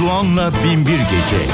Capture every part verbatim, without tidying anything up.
Doğan'la Binbir Gece.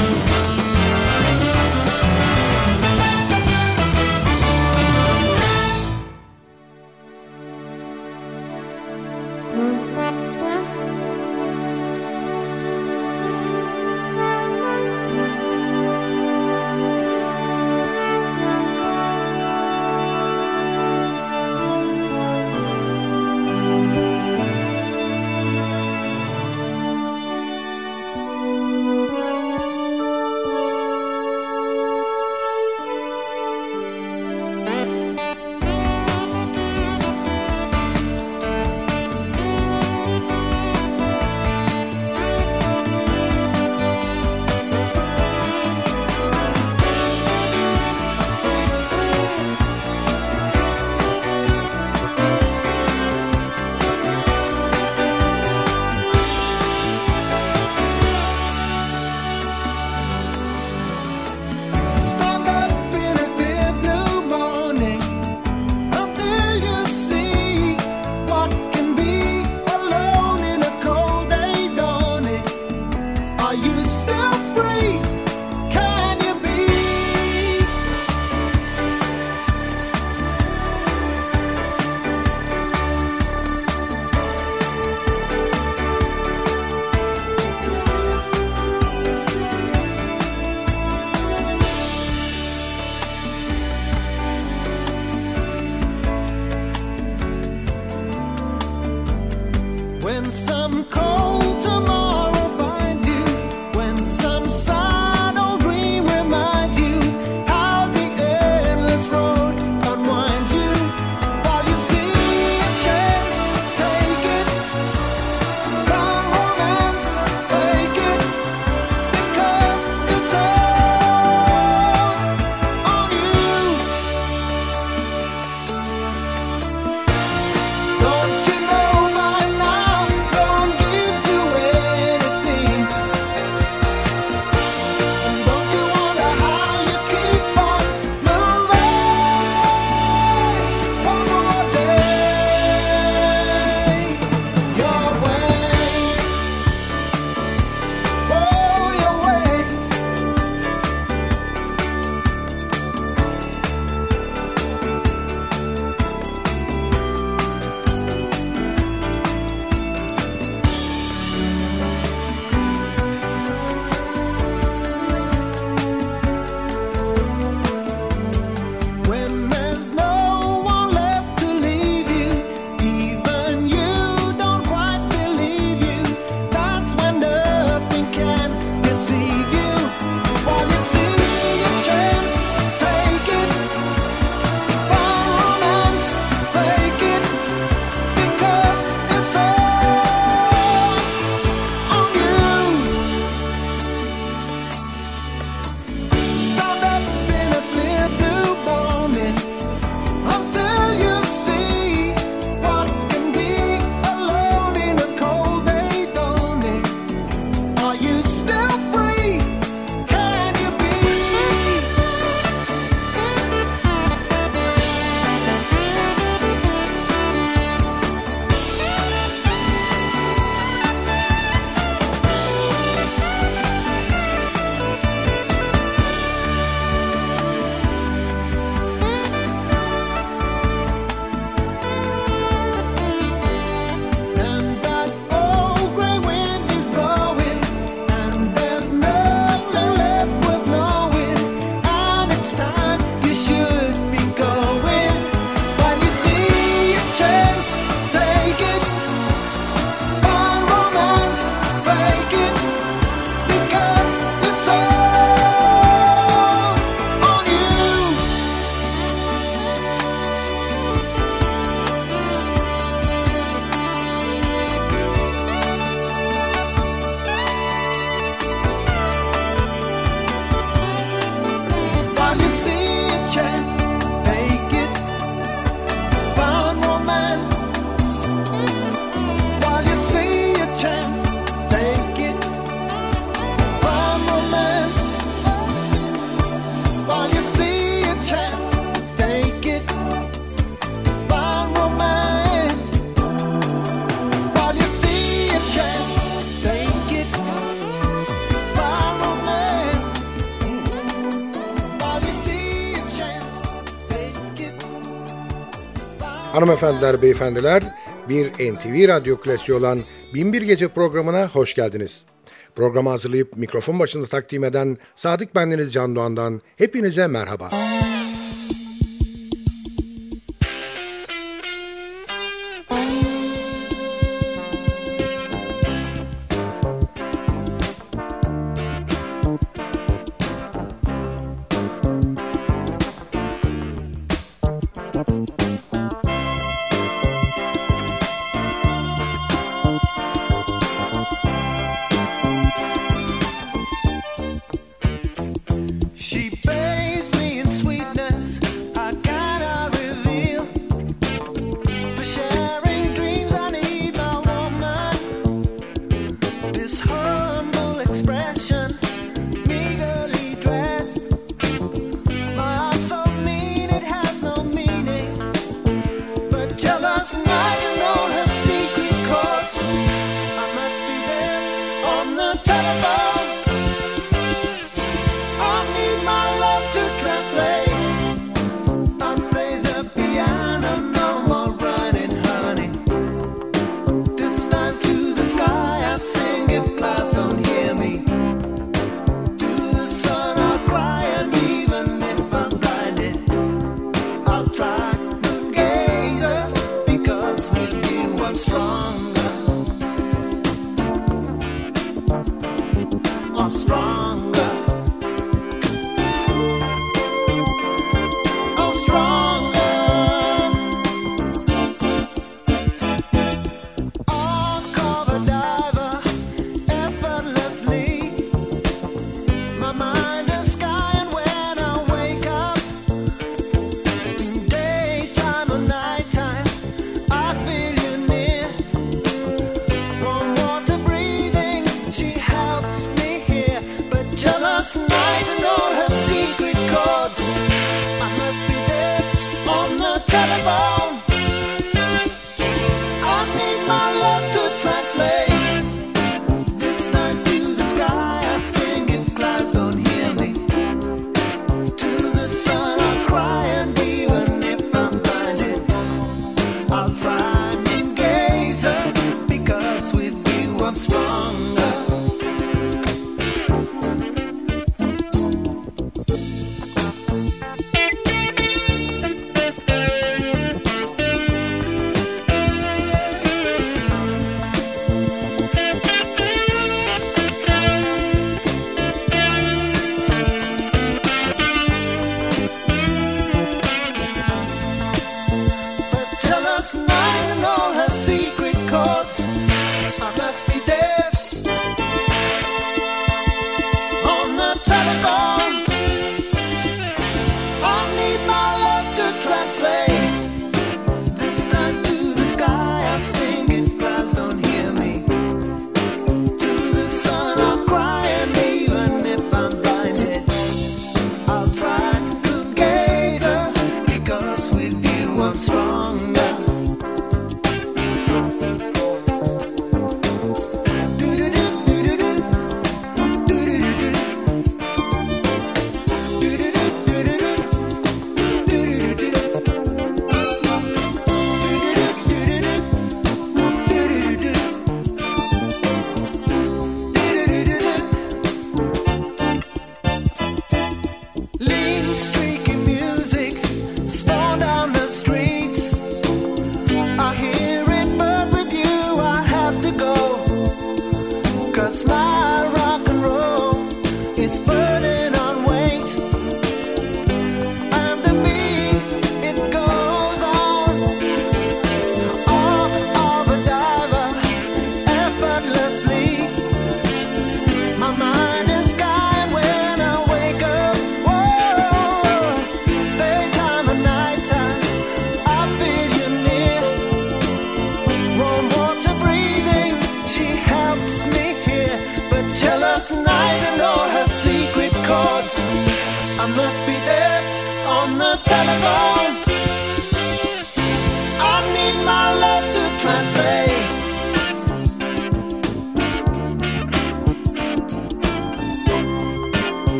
Hanımefendiler, beyefendiler, bir N T V Radyo klasiği olan Bin Bir Gece programına hoş geldiniz. Programı hazırlayıp mikrofon başında takdim eden Sadık bendeniz Can Doğan'dan hepinize merhaba.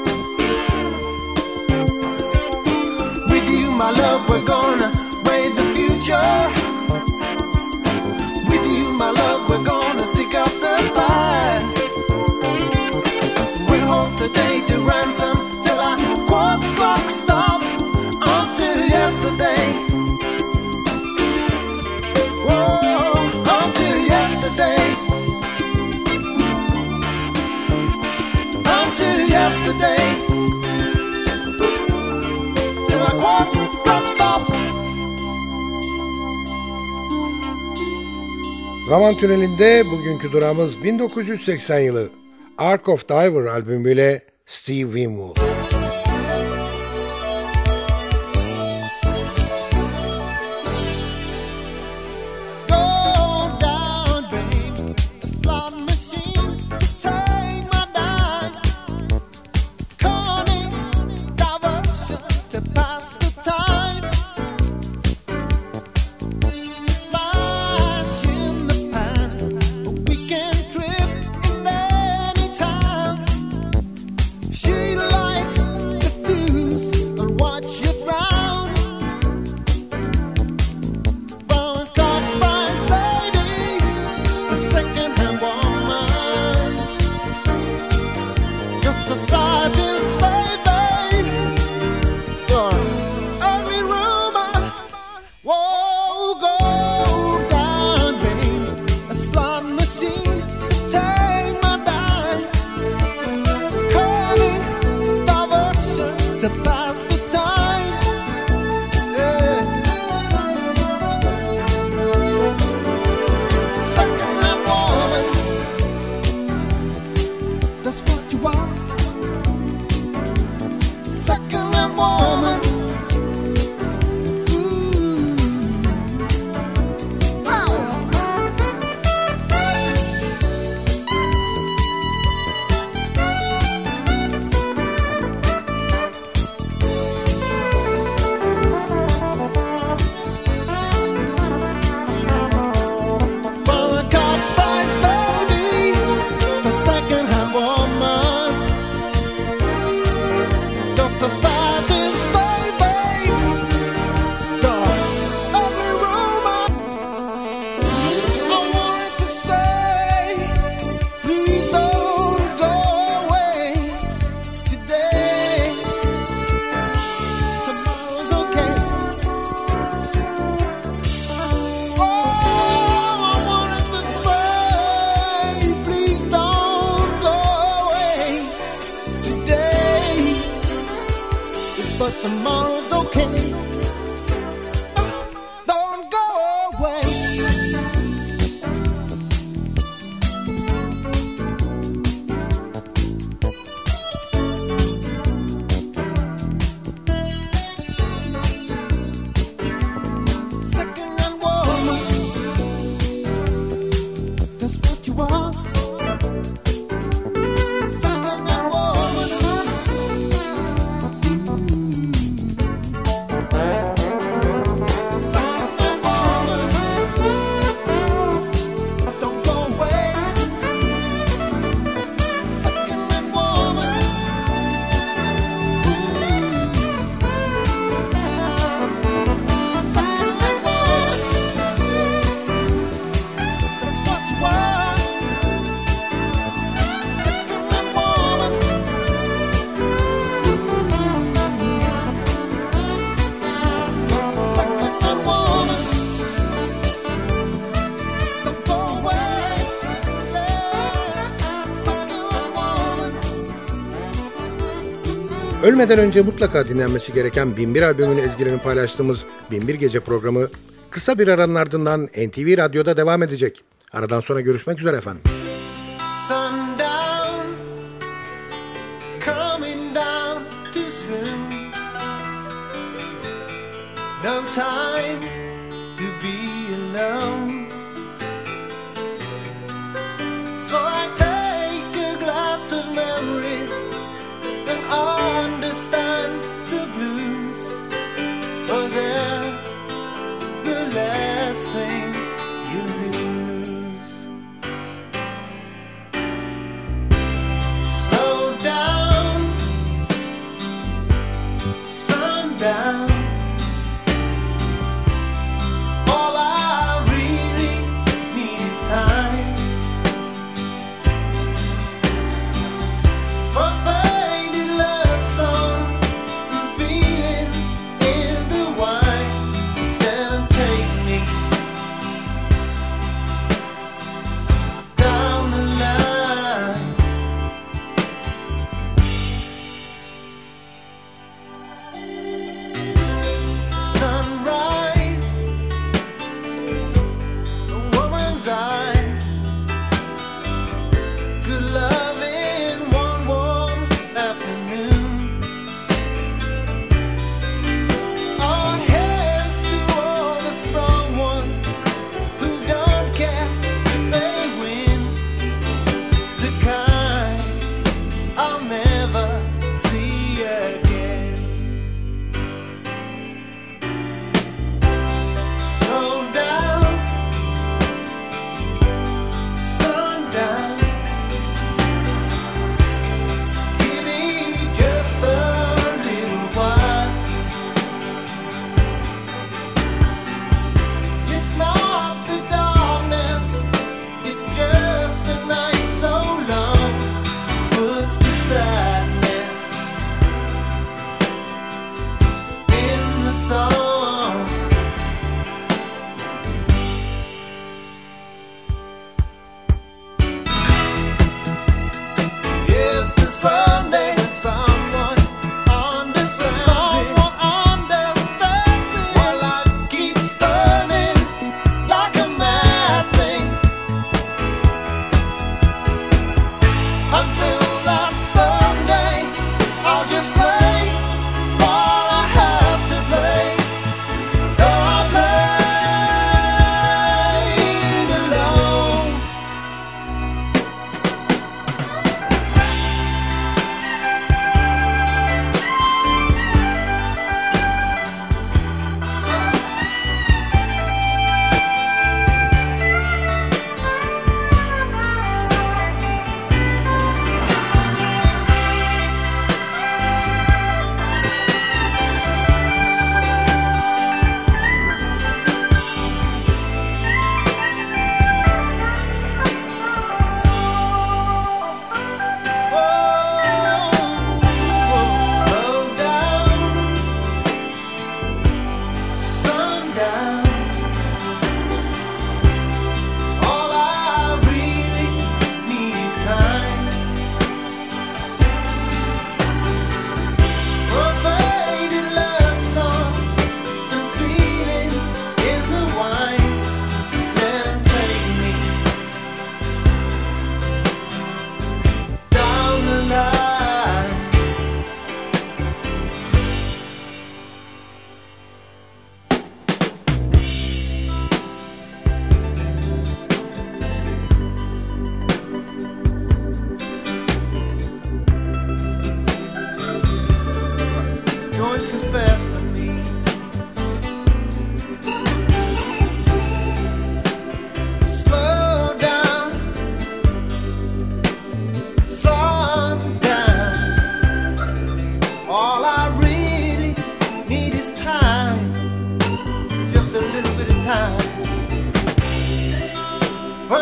my love, we're gonna braid the Zaman tünelinde bugünkü durağımız bin dokuz yüz seksen yılı. Ark of Diver albümüyle Steve Winwood. Ölmeden önce mutlaka dinlenmesi gereken Bin Bir albümünün ezgilerini paylaştığımız Bin Bir Gece programı kısa bir aranın ardından N T V Radyo'da devam edecek. Aradan sonra görüşmek üzere efendim. Sundown, coming down too soon. No time to be alone. So I take a glass of memories and understand the blues. Oh, they're the last thing you lose.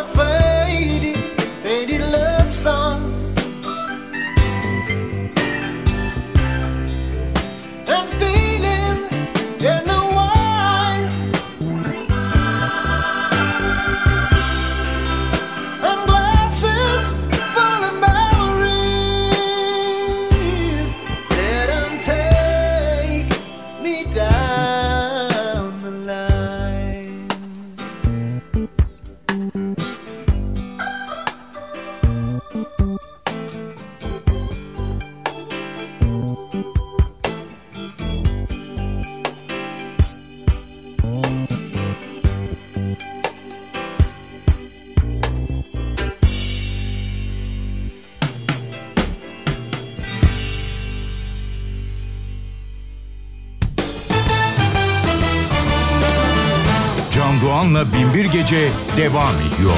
our faded, faded love songs. And feelings in the wine. And glasses full of memories. Let 'em take me down the line. Can Doğan'la Binbir Gece devam ediyor.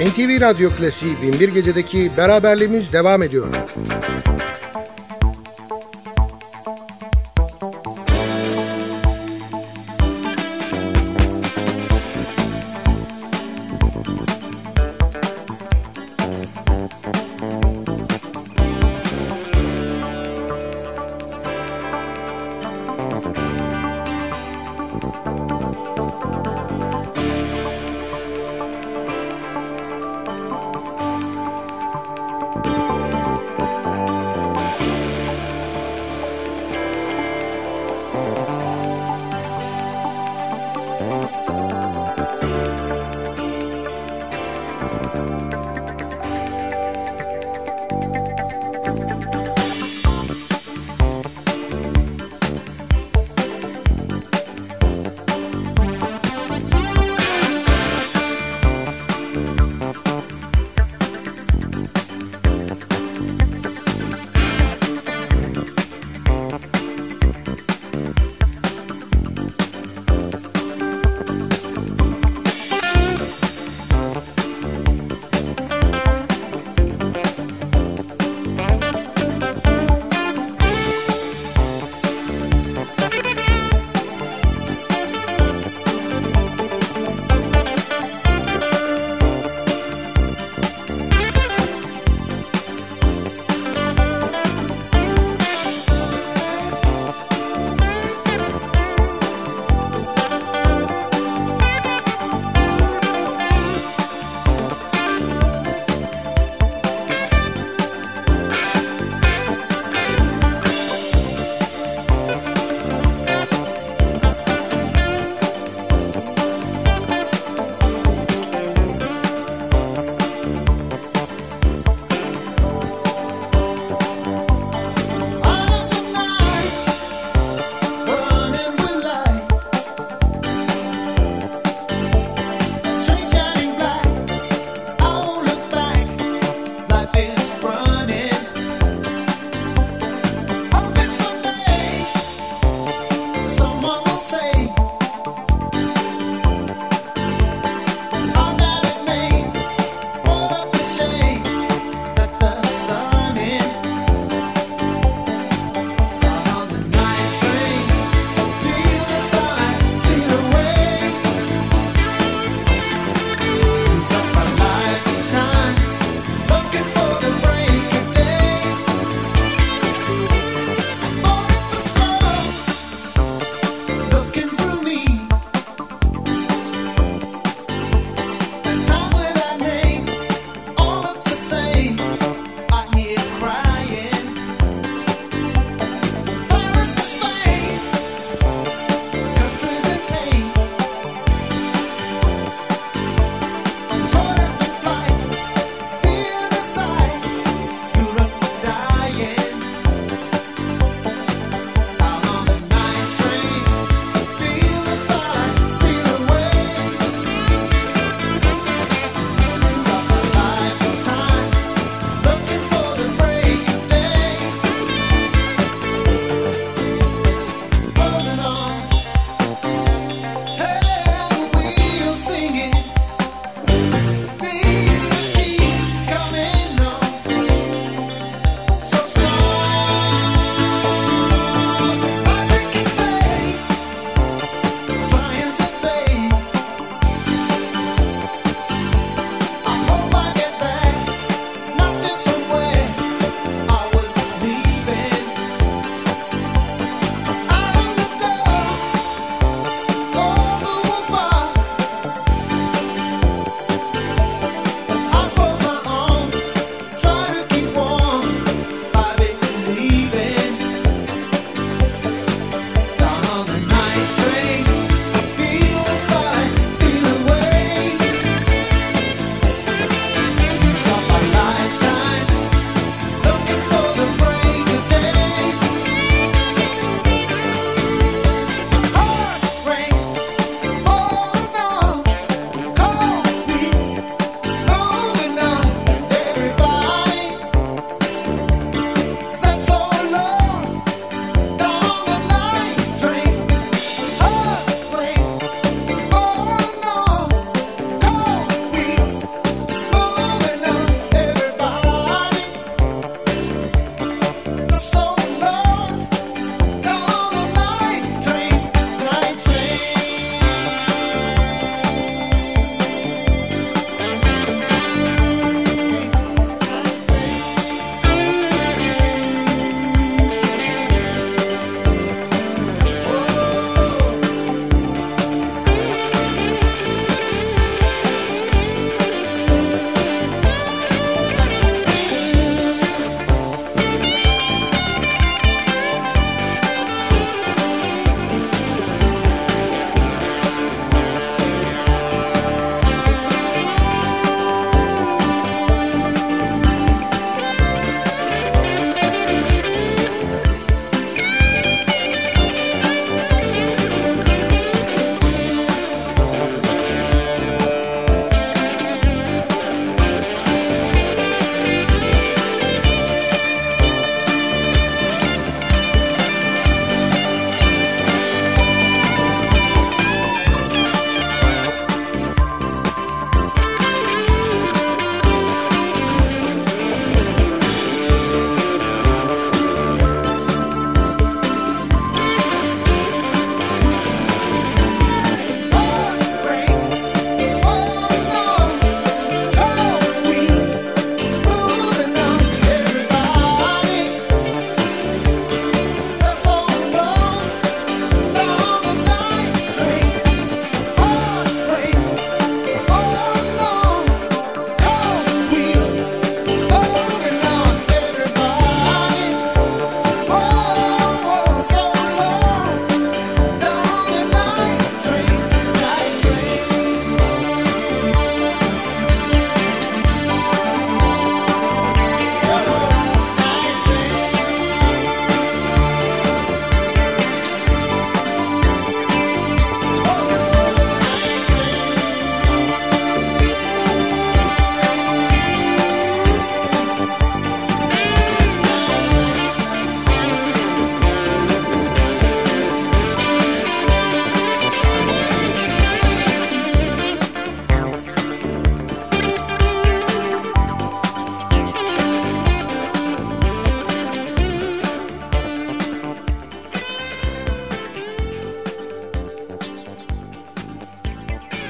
N T V Radyo Klasiği Bin Bir Gece'deki beraberliğimiz devam ediyor.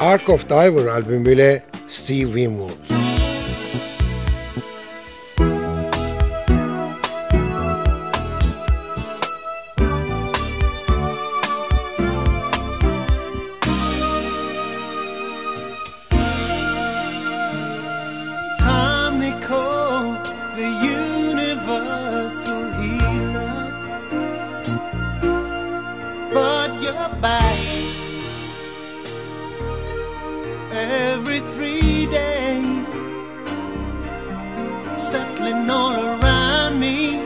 Ark of Diver albümüyle Steve Winwood. Time they call the universal healer, but you're back every three days, settling all around me.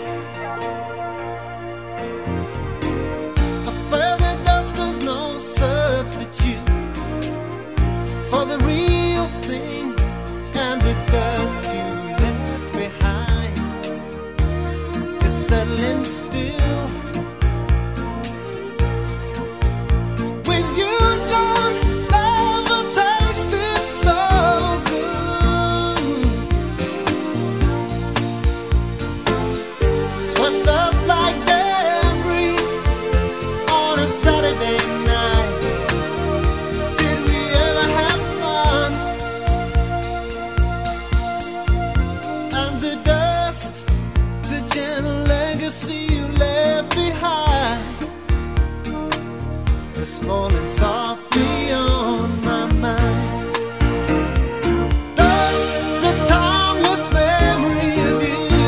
A feather duster's no substitute for the real thing, and the dust you left behind is settling still. With you gone, never tasted so good. Swept up like debris on a Saturday night. Did we ever have fun? And the dust, the gentle legacy you left behind, is falling softly on my mind. Dust, the timeless memory of you.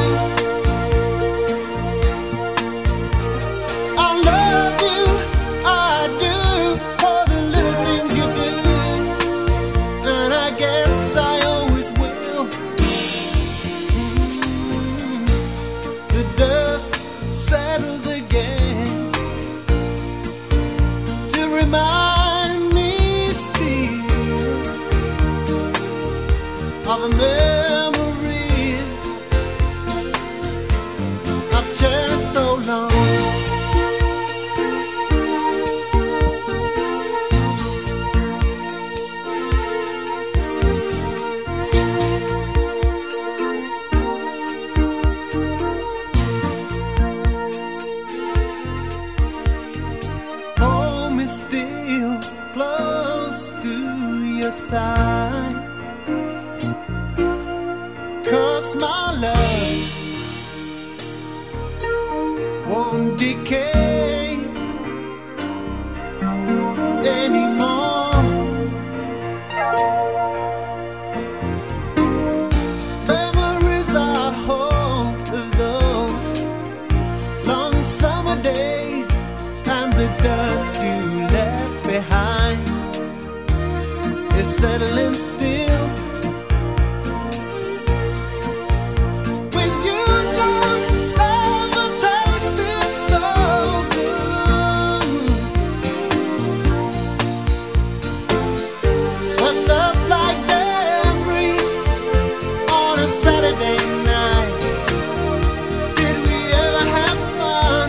I love you, I do, for the little things you do, and I guess I always will. Mm. The dust settles again to remind me still of memories I've cherished so long. Hold me still close to your side, 'cause my love won't decay anymore. Memories I hold of those long summer days, and the dust you left behind is settling still. With you gone, never tasted so good. Swept up like debris on a Saturday night. Did we ever have fun?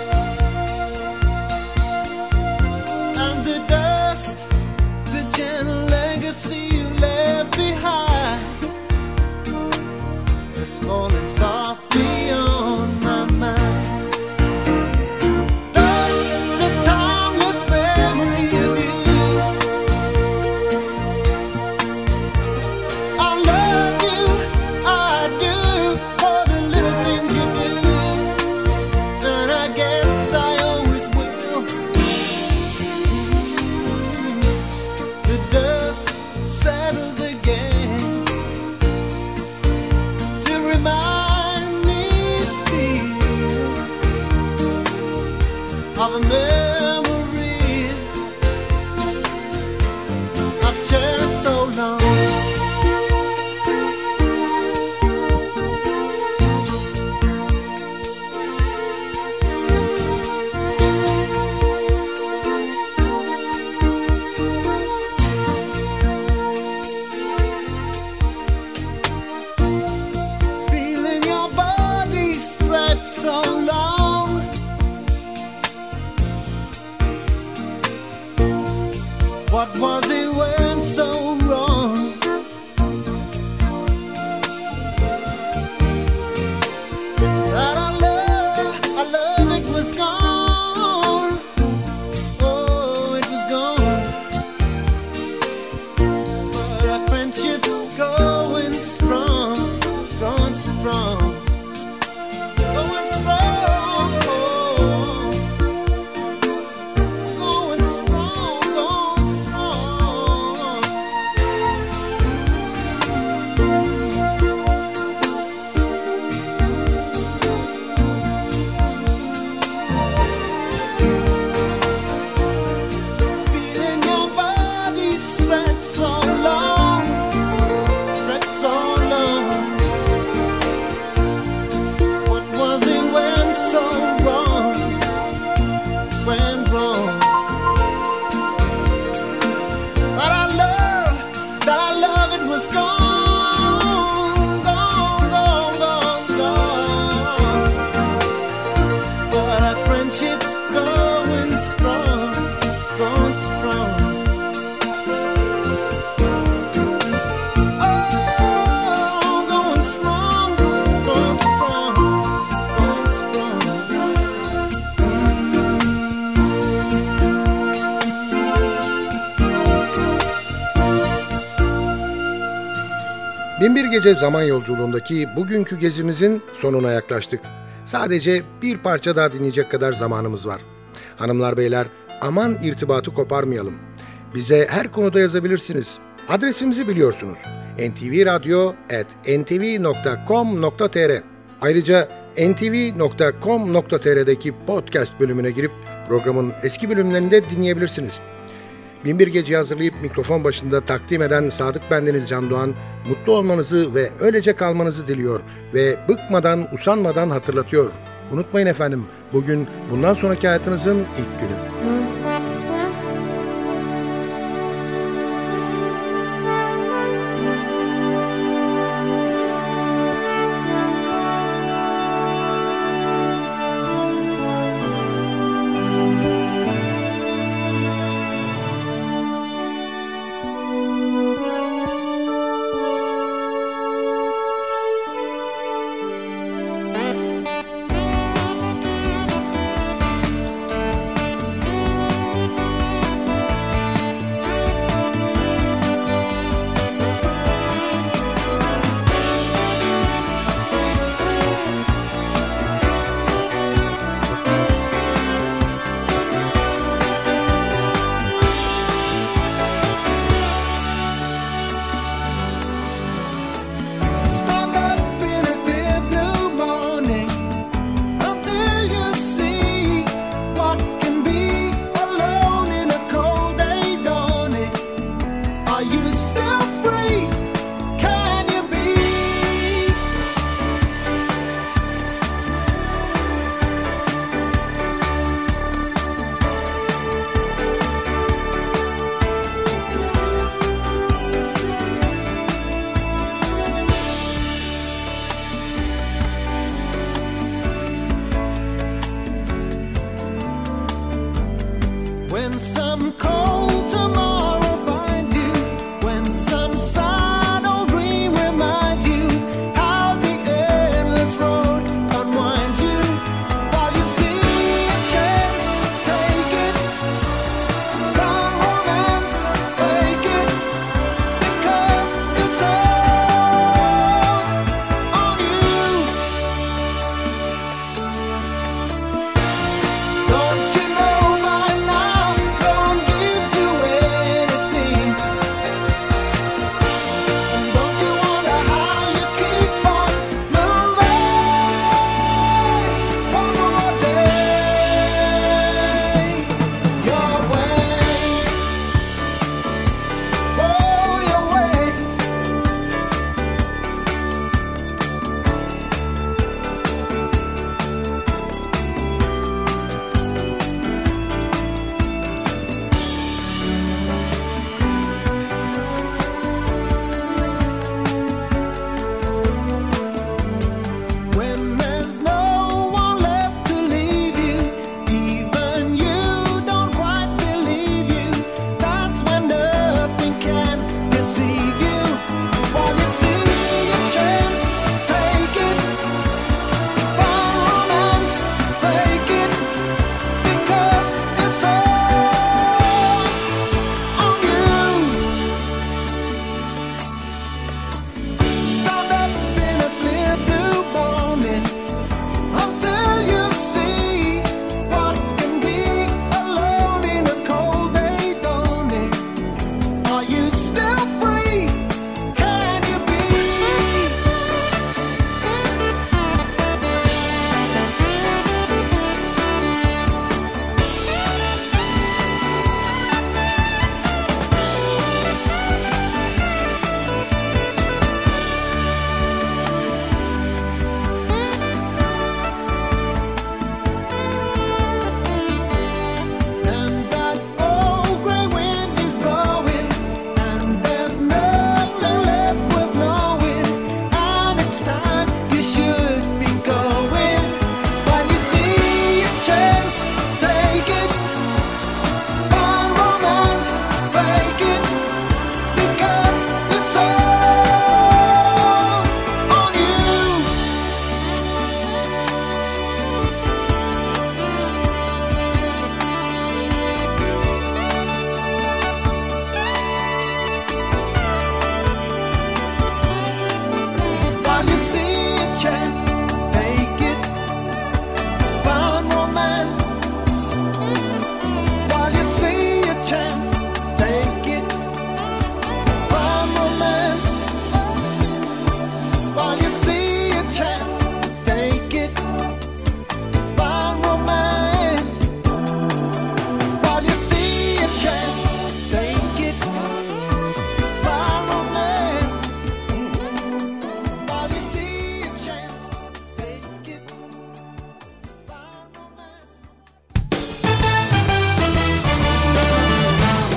And the dust, the gentle legacy you left behind, is falling softly on my mind. Dust, the timeless memory of you. I love you, I do, for the little things you do, and I guess I always will. The dust settles again to remind me still of memories I've cherished so long. Feeling your body stretch so long, friendship's going strong, going strong. Oh, going strong, going strong, going strong. Binbir Gece zaman yolculuğundaki bugünkü gezimizin sonuna yaklaştık. Sadece bir parça daha dinleyecek kadar zamanımız var. Hanımlar beyler, aman irtibatı koparmayalım. Bize her konuda yazabilirsiniz. Adresimizi biliyorsunuz. en ti vi radyo at en ti vi nokta com nokta tr. Ayrıca en ti vi nokta com nokta tr'deki podcast bölümüne girip programın eski bölümlerini de dinleyebilirsiniz. Binbir Gece'yi hazırlayıp mikrofon başında takdim eden Sadık bendeniz Can Doğan, mutlu olmanızı ve öylece kalmanızı diliyor ve bıkmadan, usanmadan hatırlatıyor. Unutmayın efendim, bugün bundan sonraki hayatınızın ilk günü.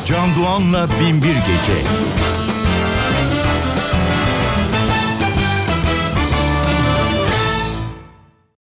Can Doğan'la Binbir Gece.